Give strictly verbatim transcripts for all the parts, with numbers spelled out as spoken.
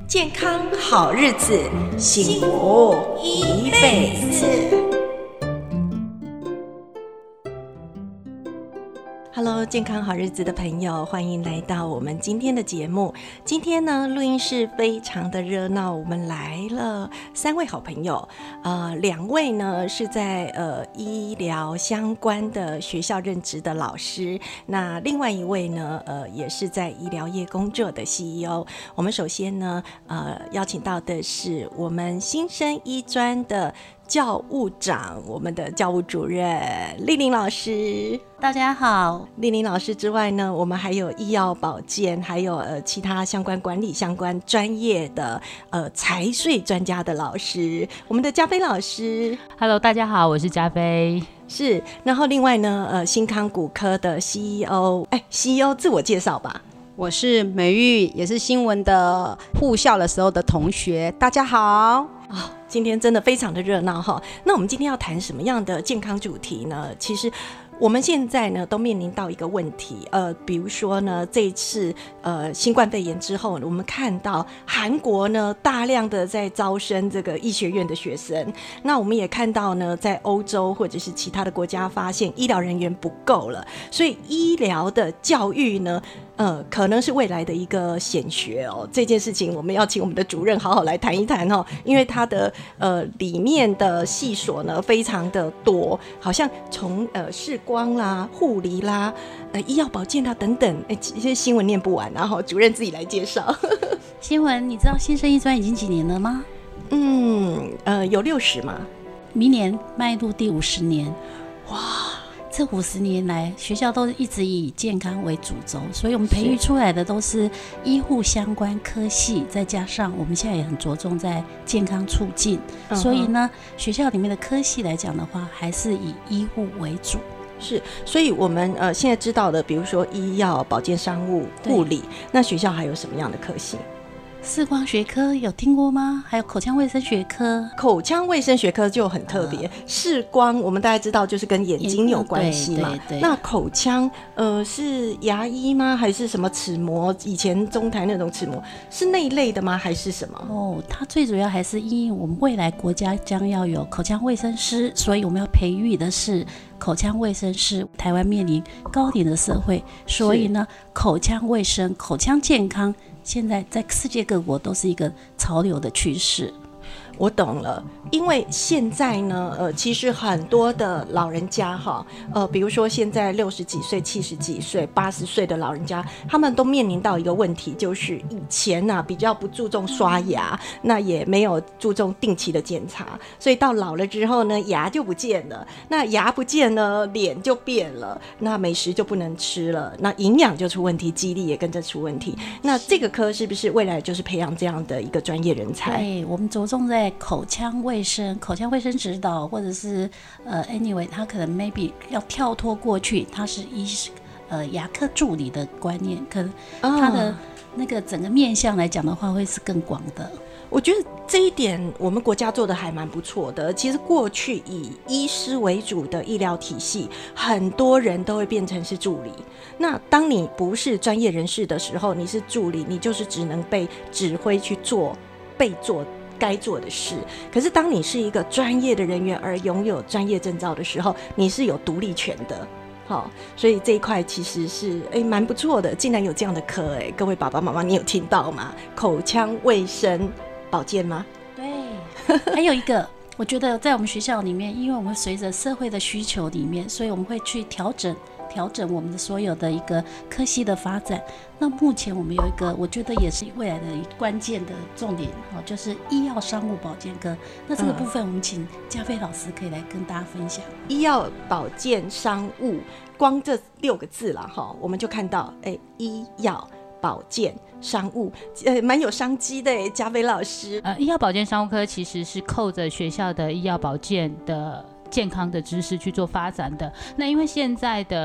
健康好日子，幸福一辈子。Hello， 健康好日子的朋友，欢迎来到我们今天的节目。今天呢，录音室非常的热闹，我们来了三位好朋友，呃，两位呢是在呃医疗相关的学校任职的老师，那另外一位呢，呃，也是在医疗业工作的 C E O。我们首先呢，呃，邀请到的是我们新生医专的教务长，我们的教务主任丽玲老师。 大家好。 丽玲老师之外呢，我们还有医药保健，还有呃其他相关管理相关专业的呃财税专家的老师，我们的嘉菲老师。 Hello， 大家好，我是嘉菲。 是，然后另外呢，呃，新康骨科的 C E O， 哎 ，C E O 自我介绍吧。 我是美玉，也是新闻的护校的时候的同学。大家好。 哦，今天真的非常的热闹哈。那我们今天要谈什么样的健康主题呢？其实我们现在呢都面临到一个问题，呃，比如说呢，这一次呃新冠肺炎之后，我们看到韩国呢大量的在招生这个医学院的学生，那我们也看到呢，在欧洲或者是其他的国家，发现医疗人员不够了，所以医疗的教育呢。呃，可能是未来的一个显学哦。这件事情我们要请我们的主任好好来谈一谈哦，因为他的呃里面的细所呢非常的多，好像从呃视光啦、护理啦、呃医药保健啦等等，哎，这些新闻念不完，然后主任自己来介绍。 新闻，你知道新生医专已经几年了吗？ 嗯，呃，有六十嘛， 明年迈入第五十年， 哇！ 这五十年来，学校都一直以健康为主轴，所以我们培育出来的都是医护相关科系，再加上我们现在也很着重在健康促进，嗯、所以呢，学校里面的科系来讲的话，还是以医护为主。 是，所以我们呃现在知道的，比如说医药、保健、商务、护理，那学校还有什么样的科系？ 视光学科有听过吗？还有口腔卫生学科。 口腔卫生学科就很特别，呃、视光我们大家知道就是跟眼睛有关系嘛。对对对，那口腔呃是牙医吗？还是什么齿模？以前中台那种齿模是那一类的吗？还是什么？ 哦，它最主要还是因为我们未来国家将要有口腔卫生师，所以我们要培育的是口腔卫生师。台湾面临高龄的社会，所以呢，口腔卫生、口腔健康。现在在世界各国都是一个潮流的趋势。 我懂了，因为现在呢，呃，其实很多的老人家哈，呃，比如说现在六十几岁、七十几岁、八十岁的老人家，他们都面临到一个问题，就是以前呢、啊、比较不注重刷牙，那也没有注重定期的检查，所以到老了之后呢，牙就不见了，那牙不见了，脸就变了，那美食就不能吃了，那营养就出问题，肌力也跟着出问题。那这个科是不是未来就是培养这样的一个专业人才？ 对，我们着重在口腔卫生、口腔卫生指导，或者是呃 ，anyway， 他可能 maybe 要跳脱过去，他是医呃牙科助理的观念，可能他的那个整个面向来讲的话，会是更广的。 我觉得这一点我们国家做的还蛮不错的。其实过去以医师为主的医疗体系，很多人都会变成是助理。那当你不是专业人士的时候，你是助理，你就是只能被指挥去做被做该做的事。可是当你是一个专业的人员而拥有专业证照的时候，你是有独立权的。好，所以这一块其实是哎蛮不错的，竟然有这样的科哎，各位爸爸妈妈，你有听到吗？口腔卫生保健吗？ 对，还有一个，我觉得在我们学校里面，因为我们随着社会的需求里面，所以我们会去调整。调整我们的所有的一个科系的发展。那目前我们有一个，我觉得也是未来的关键的重点，就是医药商务保健科。那这个部分，我们请嘉菲老师可以来跟大家分享。 嗯、医药保健商务，光这六个字啦，哈，我们就看到，哎，医药保健商务，呃，蛮有商机的耶，嘉菲老师。 呃，医药保健商务科其实是扣着学校的医药保健的健康的知识去做发展的。那因为现在的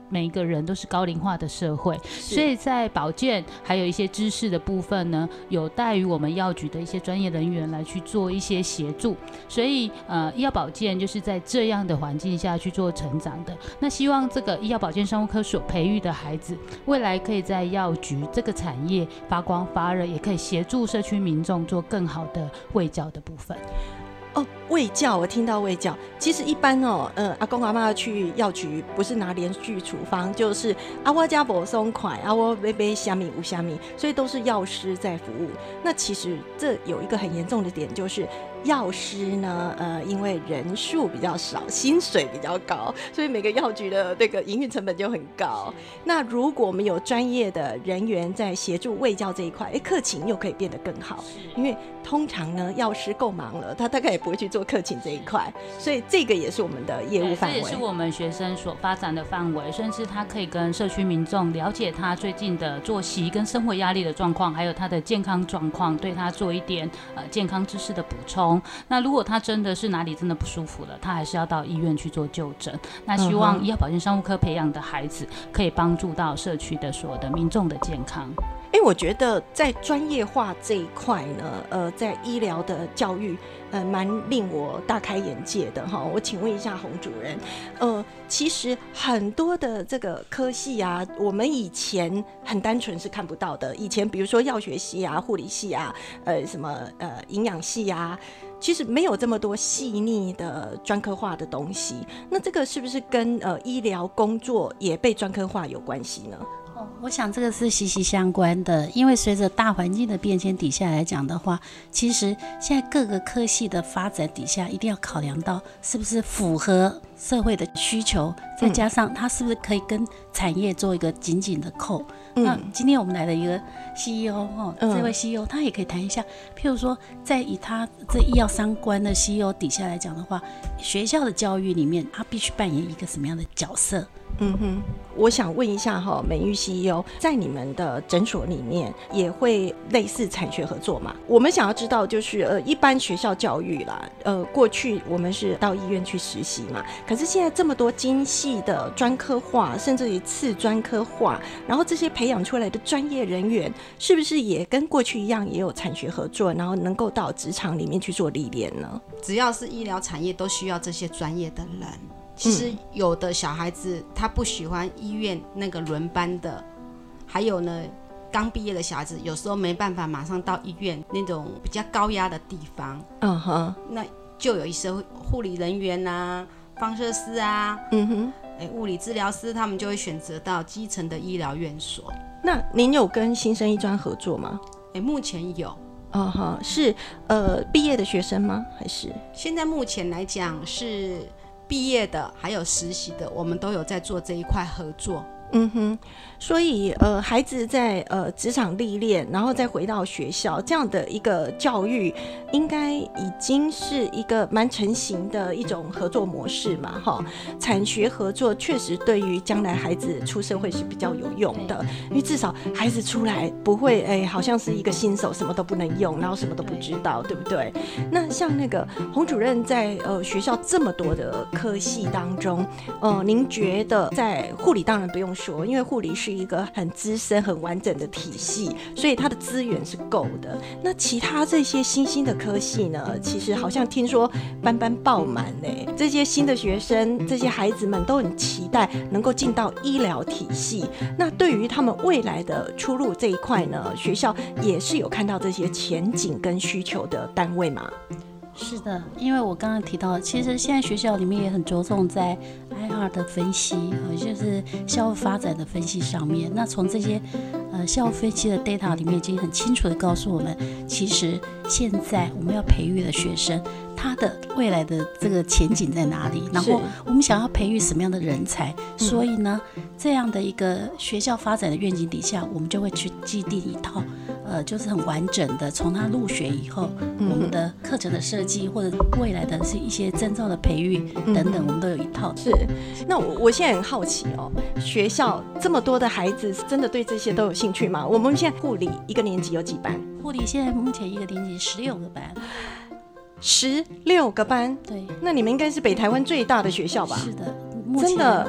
每一个人都是高龄化的社会，所以在保健还有一些知识的部分呢，有待于我们药局的一些专业人员来去做一些协助。所以呃，医药保健就是在这样的环境下去做成长的。那希望这个医药保健生物科所培育的孩子，未来可以在药局这个产业发光发热，也可以协助社区民众做更好的卫教的部分。 哦，卫教，我听到卫教，其实一般哦，呃，阿公阿嬷去药局不是拿连续处方，就是啊我家不松快，啊我买买虾米无虾米，所以都是药师在服务。那其实这有一个很严重的点，就是药师呢，呃，因为人数比较少，薪水比较高，所以每个药局的那个营运成本就很高。那如果我们有专业的人员在协助卫教这一块，哎，客勤又可以变得更好，因为通常呢，药师够忙了，他大概也不会去做客勤这一块，所以这个也是我们的业务范围， 这也是我们学生所发展的范围，甚至他可以跟社区民众了解他最近的作息跟生活压力的状况，还有他的健康状况，对他做一点呃健康知识的补充。那如果他真的是哪里真的不舒服了，他还是要到医院去做就诊。那希望医药保健商务科培养的孩子可以帮助到社区的所有的民众的健康。 因为我觉得在专业化这一块呢，呃，在医疗的教育，呃，蛮令我大开眼界的哈。我请问一下洪主任，呃，其实很多的这个科系啊，我们以前很单纯是看不到的。以前比如说药学系啊、护理系啊、呃，什么呃营养系啊。其实没有这么多细腻的专科化的东西，那这个是不是跟呃医疗工作也被专科化有关系呢？ 哦，我想这个是息息相关的，因为随着大环境的变迁底下来讲的话，其实现在各个科系的发展底下，一定要考量到是不是符合社会的需求，再加上它是不是可以跟产业做一个紧紧的扣。嗯、那今天我们来了一个 C E O、哦嗯、这位 C E O 他也可以谈一下，譬如说在以他这医药相关的 C E O 底下来讲的话，学校的教育里面他必须扮演一个什么样的角色？ 嗯哼，我想问一下哈，美玉 C E O 在你们的诊所里面也会类似产学合作吗？我们想要知道就是呃，一般学校教育啦，呃，过去我们是到医院去实习嘛，可是现在这么多精细的专科化，甚至于次专科化，然后这些培养出来的专业人员，是不是也跟过去一样也有产学合作，然后能够到职场里面去做历练呢？ 只要是医疗产业，都需要这些专业的人。其实有的小孩子他不喜欢医院那个轮班的，还有呢，刚毕业的小孩子有时候没办法马上到医院那种比较高压的地方，嗯哼，那就有一些护理人员啊、放射师啊，嗯哼，哎，物理治疗师，他们就会选择到基层的医疗院所。 那您有跟新生医专合作吗？ 哎，目前有。 哦哈，是呃毕业的学生吗？还是现在目前来讲是毕业的，还有实习的，我们都有在做这一块合作。 嗯哼，所以呃，孩子在呃职场历练，然后再回到学校，这样的一个教育，应该已经是一个蛮成型的一种合作模式嘛，哈。产学合作确实对于将来孩子出社会是比较有用的，因为至少孩子出来不会哎，好像是一个新手，什么都不能用，然后什么都不知道，对不对？那像那个洪主任在呃学校这么多的科系当中，呃，您觉得在护理当然不用说，因为护理是一个很资深很完整的体系，所以它的资源是够的。那其他这些新兴的科系呢，其实好像听说班班爆满耶，这些新的学生这些孩子们都很期待能够进到医疗体系。那对于他们未来的出路这一块呢，学校也是有看到这些前景跟需求的单位吗？ 是的，因为我刚刚提到，其实现在学校里面也很着重在 I R 的分析，呃，就是校务发展的分析上面。那从这些呃校务分析的 data 里面，已经很清楚的告诉我们，其实现在我们要培育的学生，他的未来的这个前景在哪里？然后我们想要培育什么样的人才？所以呢，这样的一个学校发展的愿景底下，我们就会去制定一套。呃，就是很完整的，从他入学以后，嗯、我们的课程的设计或者未来的是一些证照的培育等等，嗯、我们都有一套。 是，那我我现在很好奇哦，学校这么多的孩子，真的对这些都有兴趣吗？我们现在护理一个年级有几班？ 护理现在目前一个年级十六个班。 十六个班？ 对。 那你们应该是北台湾最大的学校吧？ 是的， 真的。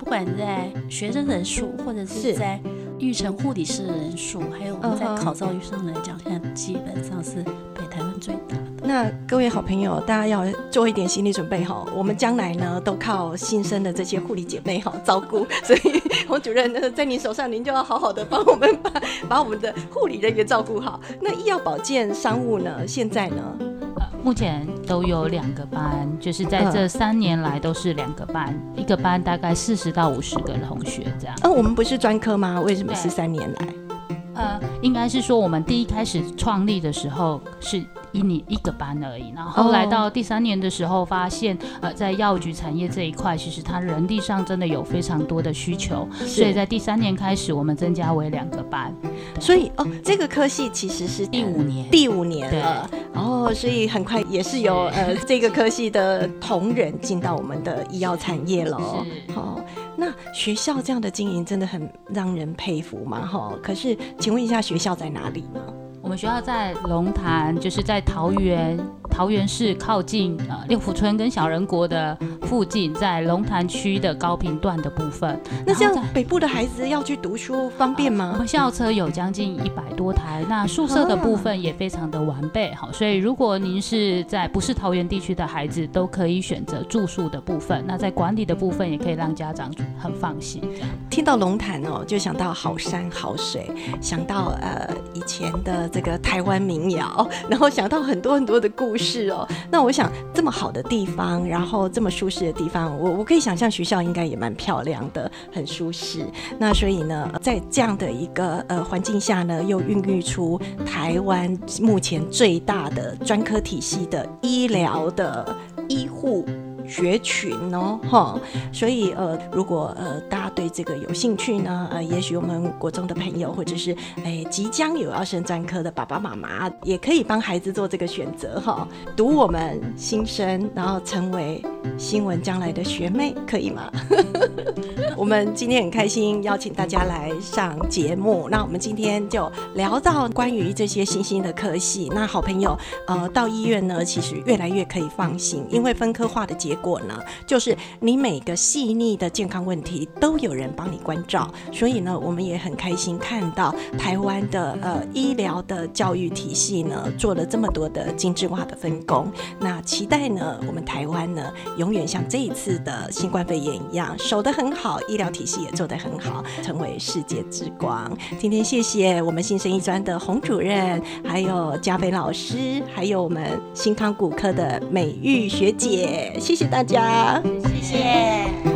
不管在学生人数，或者是在育成护理师的人数，还有我们在考照育上来讲，现在基本上是北台湾最大的。 那各位好朋友，大家要做一点心理准备哈，我们将来呢都靠新生的这些护理姐妹哈照顾，所以洪主任呢在您手上，您就要好好的帮我们把把我们的护理人员照顾好。那医药保健商务呢，现在呢？ 目前都有两个班，就是在这三年来都是两个班，嗯、一个班大概四十到五十个同学这样。 呃，我们不是专科吗？为什么是三年来？ 呃，应该是说我们第一开始创立的时候是一年一个班而已，然后后来到第三年的时候发现，呃，在药局产业这一块，其实它人力上真的有非常多的需求，所以在第三年开始我们增加为两个班。 所以哦，这个科系其实是第五年， 第五年了，哦，所以很快也是有呃这个科系的同仁进到我们的医药产业了。哦，那学校这样的经营真的很让人佩服嘛，哈。可是，请问一下，学校在哪里呢？ 我们学校在龙潭，就是在桃园桃园市靠近呃六福村跟小人国的附近，在龙潭区的高屏段的部分。 那这样北部的孩子要去读书方便吗？ 呃、我们校车有将近一百多台，那宿舍的部分也非常的完备，好，所以如果您是在不是桃园地区的孩子，都可以选择住宿的部分。那在管理的部分，也可以让家长很放心。这样听到龙潭哦，就想到好山好水，想到呃以前的这个台湾民谣，然后想到很多很多的故事哦。那我想这么好的地方，然后这么舒适的地方，我我可以想象学校应该也蛮漂亮的，很舒适。那所以呢，在这样的一个呃环境下呢，又孕育出台湾目前最大的专科体系的医疗的医护学群哦，哈，所以呃，如果呃大家对这个有兴趣呢，呃，也许我们国中的朋友，或者是哎即将有要升专科的爸爸妈妈，也可以帮孩子做这个选择哈，读我们新生，然后成为新闻将来的学妹，可以吗？我们今天很开心邀请大家来上节目，那我们今天就聊到关于这些新兴的科系。那好朋友呃到医院呢，其实越来越可以放心，因为分科化的结果呢，就是你每个细腻的健康问题都有人帮你关照，所以呢，我们也很开心看到台湾的呃医疗的教育体系呢做了这么多的精致化的分工。那期待呢，我们台湾呢永远像这一次的新冠肺炎一样守得很好，医疗体系也做得很好，成为世界之光。今天谢谢我们新生医专的洪主任，还有嘉菲老师，还有我们新康骨科的美玉学姐，谢谢大家， 谢谢。